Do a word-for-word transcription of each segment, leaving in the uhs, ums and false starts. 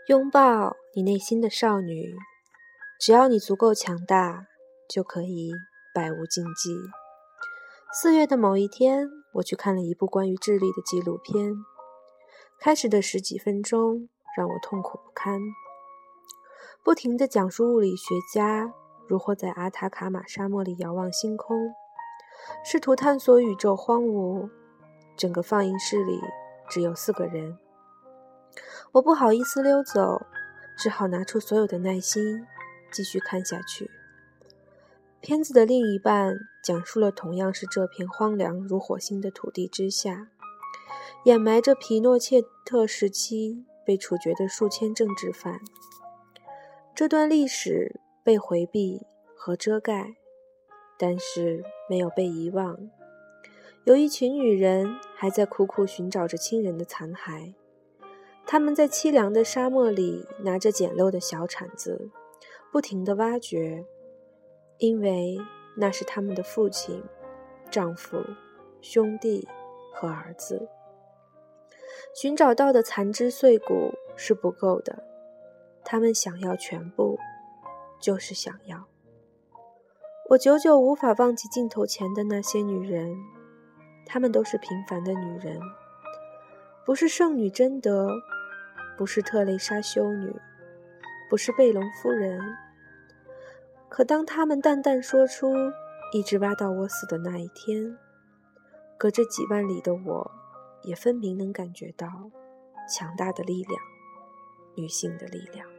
拥抱你内心的少女，只要你足够强大，就可以百无禁忌。四月的某一天，我去看了一部关于智利的纪录片，开始的十几分钟让我痛苦不堪，不停地讲述物理学家如何在阿塔卡马沙漠里遥望星空，试图探索宇宙荒芜。整个放映室里只有四个人，我不好意思溜走，只好拿出所有的耐心继续看下去。片子的另一半讲述了同样是这片荒凉如火星的土地之下，掩埋着皮诺切特时期被处决的数千政治犯。这段历史被回避和遮盖，但是没有被遗忘。有一群女人还在苦苦寻找着亲人的残骸，她们在凄凉的沙漠里拿着简陋的小铲子，不停地挖掘，因为那是他们的父亲、丈夫、兄弟和儿子。寻找到的残肢碎骨是不够的，他们想要全部，就是想要。我久久无法忘记镜头前的那些女人，她们都是平凡的女人，不是圣女贞德，不是特蕾莎修女，不是贝隆夫人。可当她们淡淡说出一直挖到我死的那一天，隔着几万里的我也分明能感觉到强大的力量，女性的力量。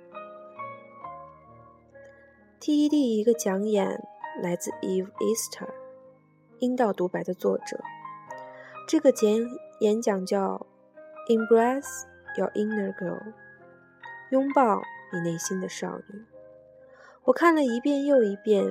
T E D 一个讲演来自 Eve Easter 阴道独白的作者，这个简演讲叫 Embrace Your Inner Girl， 拥抱你内心的少女。我看了一遍又一遍。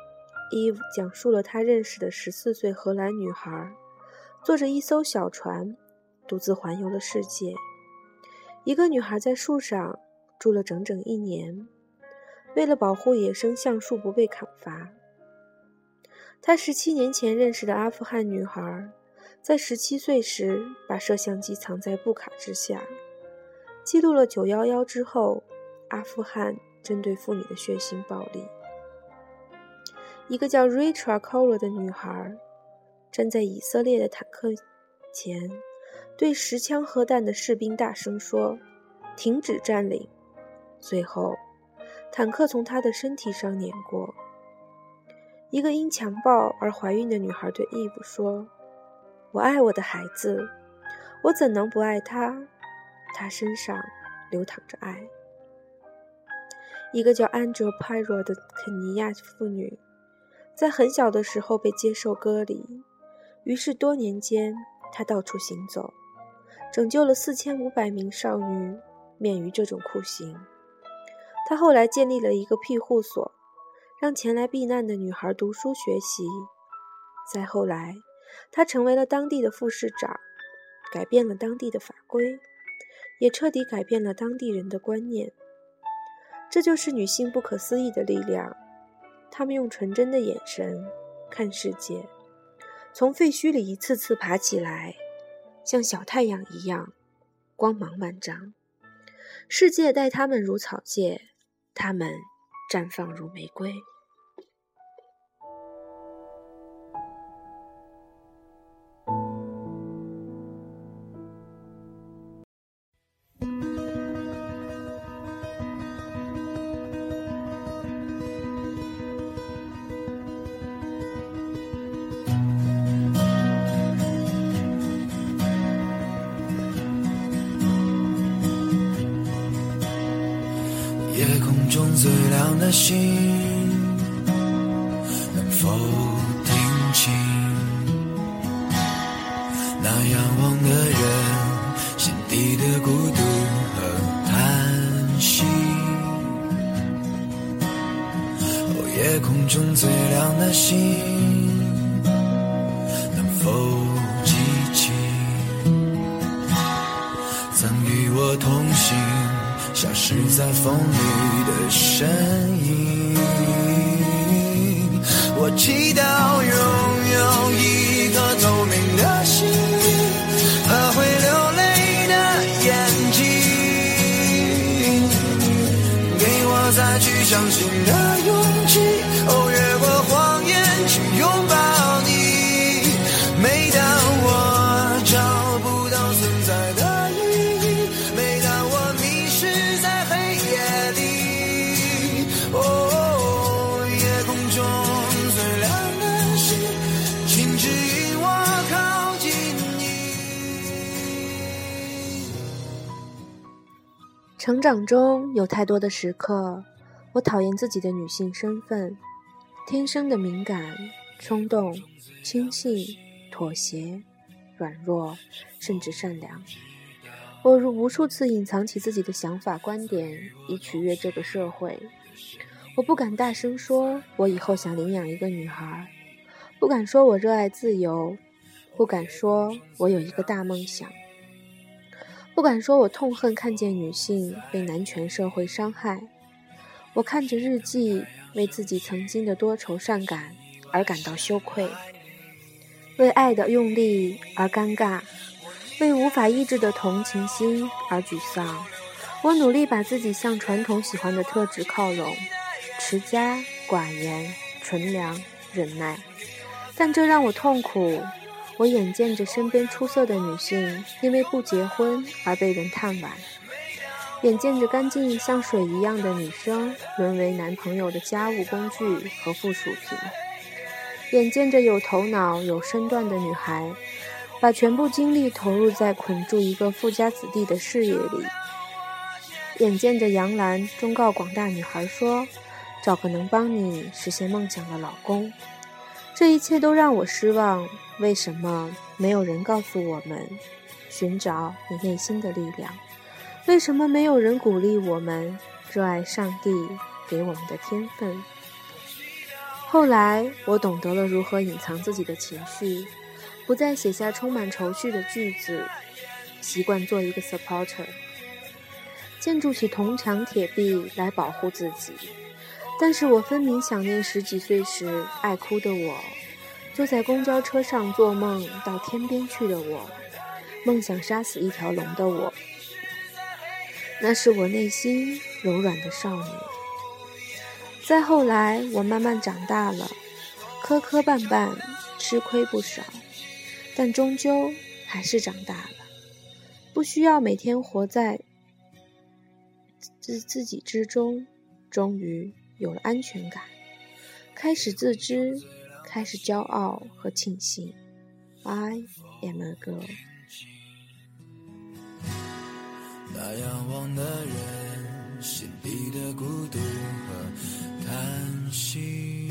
Eve 讲述了她认识的十四岁荷兰女孩，坐着一艘小船独自环游了世界。一个女孩在树上住了整整一年，为了保护野生橡树不被砍伐。她十七年前认识的阿富汗女孩，在十七岁时把摄像机藏在布卡之下，记录了九一一之后阿富汗针对妇女的血腥暴力。一个叫 Rachel Cole 的女孩站在以色列的坦克前，对持枪核弹的士兵大声说：“停止占领！”最后，坦克从她的身体上碾过。一个因强暴而怀孕的女孩对 Eve 说：“我爱我的孩子，我怎能不爱她？她身上流淌着爱。”一个叫 Angel Pyro 的肯尼亚妇女，在很小的时候被接受割礼，于是多年间她到处行走，拯救了四千五百名少女免于这种酷刑。她后来建立了一个庇护所，让前来避难的女孩读书学习。再后来，她成为了当地的副市长，改变了当地的法规，也彻底改变了当地人的观念。这就是女性不可思议的力量，她们用纯真的眼神看世界，从废墟里一次次爬起来，像小太阳一样光芒万丈。世界待她们如草芥，她们绽放如玫瑰。 夜空中最亮的星，能否听清那仰望的人心底的孤独和叹息？哦，夜空中最亮的星，能否记起曾与我同行消失在风里的身影？我祈祷拥有一颗透明的心和会流泪的眼睛， 相信的勇气，哦，越过谎言去拥抱你。每当我找不到存在的意义，每当我迷失在黑夜里，哦，夜空中最亮的星，请指引我靠近你。 成长中有太多的时刻，我讨厌自己的女性身份，天生的敏感、冲动、轻信、妥协、软弱，甚至善良。我如无数次隐藏起自己的想法观点，以取悦这个社会。我不敢大声说我以后想领养一个女孩，不敢说我热爱自由，不敢说我有一个大梦想，不敢说我痛恨看见女性被男权社会伤害。我看着日记，为自己曾经的多愁善感而感到羞愧，为爱的用力而尴尬，为无法抑制的同情心而沮丧。我努力把自己向传统喜欢的特质靠拢，持家、寡言、纯良、忍耐，但这让我痛苦。我眼见着身边出色的女性因为不结婚而被人探掋，眼见着干净像水一样的女生沦为男朋友的家务工具和附属品，眼见着有头脑有身段的女孩把全部精力投入在捆住一个富家子弟的事业里，眼见着杨澜忠告广大女孩说，找个能帮你实现梦想的老公。这一切都让我失望，为什么没有人告诉我们寻找你内心的力量？为什么没有人鼓励我们热爱上帝给我们的天分？后来我懂得了如何隐藏自己的情绪，不再写下充满愁绪的句子，习惯做一个 supporter， 建筑起铜墙铁壁来保护自己。但是我分明想念十几岁时爱哭的我，坐在公交车上做梦到天边去的我，梦想杀死一条龙的我。那是我内心柔软的少女。再后来我慢慢长大了，磕磕绊绊，吃亏不少，但终究还是长大了，不需要每天活在自自己之中，终于有了安全感，开始自知，开始骄傲和庆幸。 I am a girl。 那仰望的人心底的孤独和叹息。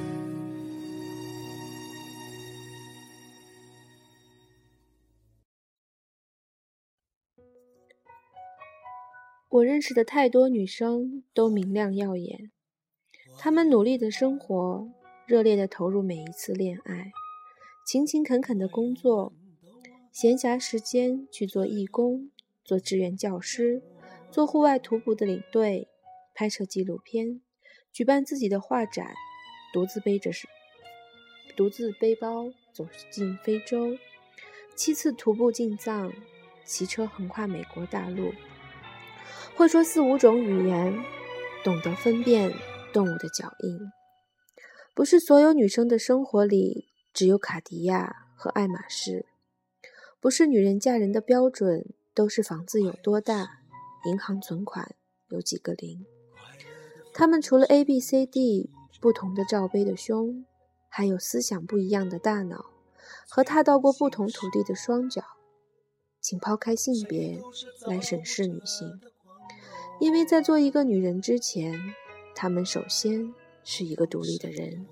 我认识的太多女生都明亮耀眼，她们努力的生活，热烈的投入每一次恋爱，勤勤恳恳的工作，闲暇时间去做义工，做志愿教师，做户外徒步的领队，拍摄纪录片，举办自己的画展，独自背着独自背包走进非洲，七次徒步进藏，骑车横跨美国大陆，会说四五种语言，懂得分辨动物的脚印。不是所有女生的生活里只有卡地亚和爱马仕，不是女人嫁人的标准都是房子有多大，银行存款有几个零。她们除了 A B C D 不同的罩杯的胸，还有思想不一样的大脑和踏到过不同土地的双脚。请抛开性别来审视女性，因为在做一个女人之前，她们首先是一个独立的人。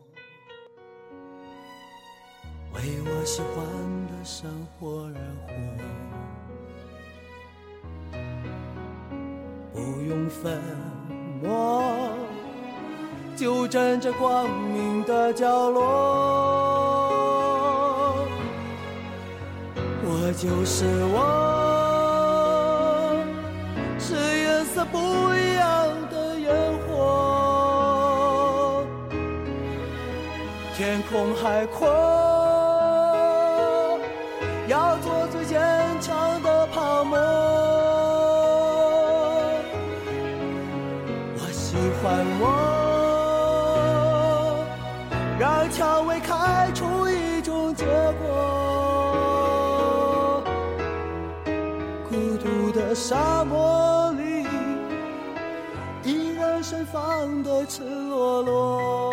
为我喜欢的生活而活，不用粉墨，就站着光明的角落。我就是我，是颜色不一样的烟火，天空海阔，要做最坚强的泡沫。我喜欢我在蔷薇开出一种结果。孤独的沙漠里，依然盛放的赤裸裸。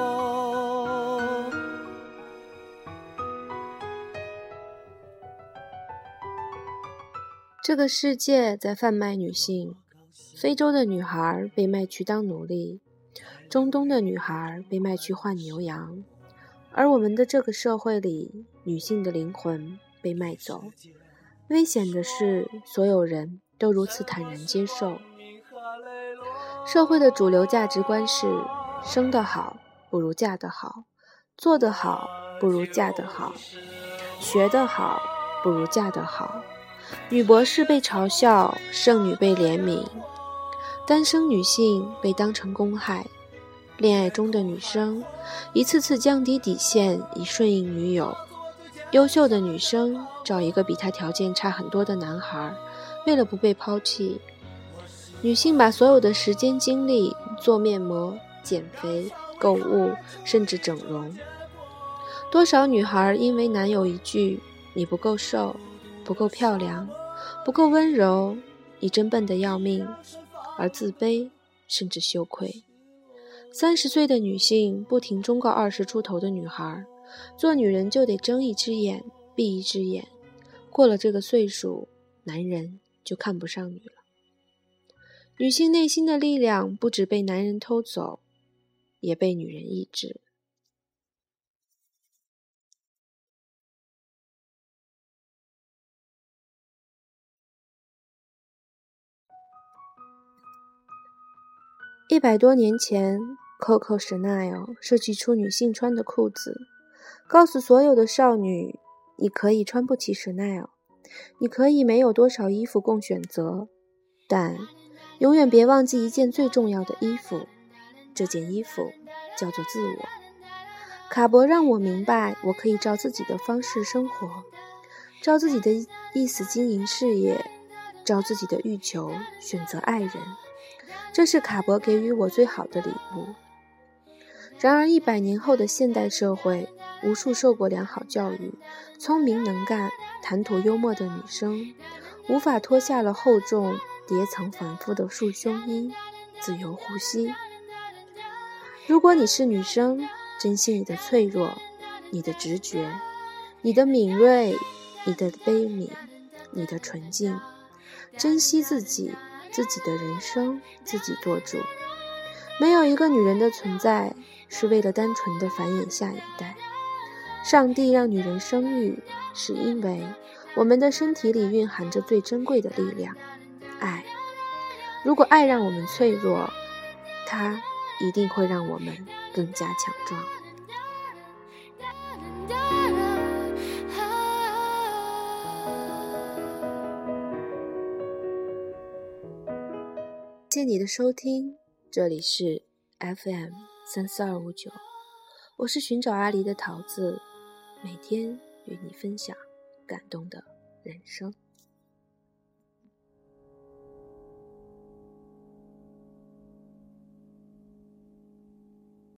这个世界在贩卖女性，非洲的女孩被卖去当奴隶，中东的女孩被卖去换牛羊，而我们的这个社会里，女性的灵魂被卖走。危险的是，所有人都如此坦然接受。社会的主流价值观是，生得好不如嫁得好，做得好不如嫁得好，学得好不如嫁得好。女博士被嘲笑，剩女被怜悯，单身女性被当成公害，恋爱中的女生一次次降低底线以顺应女友，优秀的女生找一个比她条件差很多的男孩，为了不被抛弃。女性把所有的时间精力做面膜、减肥、购物，甚至整容。多少女孩因为男友一句你不够瘦，不够漂亮，不够温柔，你真笨得要命，而自卑甚至羞愧。三十岁的女性不停忠告二十出头的女孩，做女人就得睁一只眼闭一只眼，过了这个岁数，男人就看不上你了。女性内心的力量不只被男人偷走，也被女人抑制。一百多年前 Coco Chanel 设计出女性穿的裤子，告诉所有的少女，你可以穿不起 Chanel， 你可以没有多少衣服供选择，但永远别忘记一件最重要的衣服，这件衣服叫做自我。卡博让我明白，我可以照自己的方式生活，照自己的意思经营事业，照自己的欲求选择爱人。这是卡博给予我最好的礼物。然而一百年后的现代社会，无数受过良好教育、聪明能干、谈吐幽默的女生，无法脱下了厚重叠层繁复的束胸衣，自由呼吸。如果你是女生，珍惜你的脆弱，你的直觉，你的敏锐，你的悲悯，你的纯净，珍惜自己，自己的人生自己做主。没有一个女人的存在是为了单纯的繁衍下一代。上帝让女人生育，是因为我们的身体里蕴含着最珍贵的力量——爱。如果爱让我们脆弱，它一定会让我们更加强壮。谢谢你的收听，这里是 F M 三四二五九，我是寻找阿狸的桃子，每天与你分享感动的人生。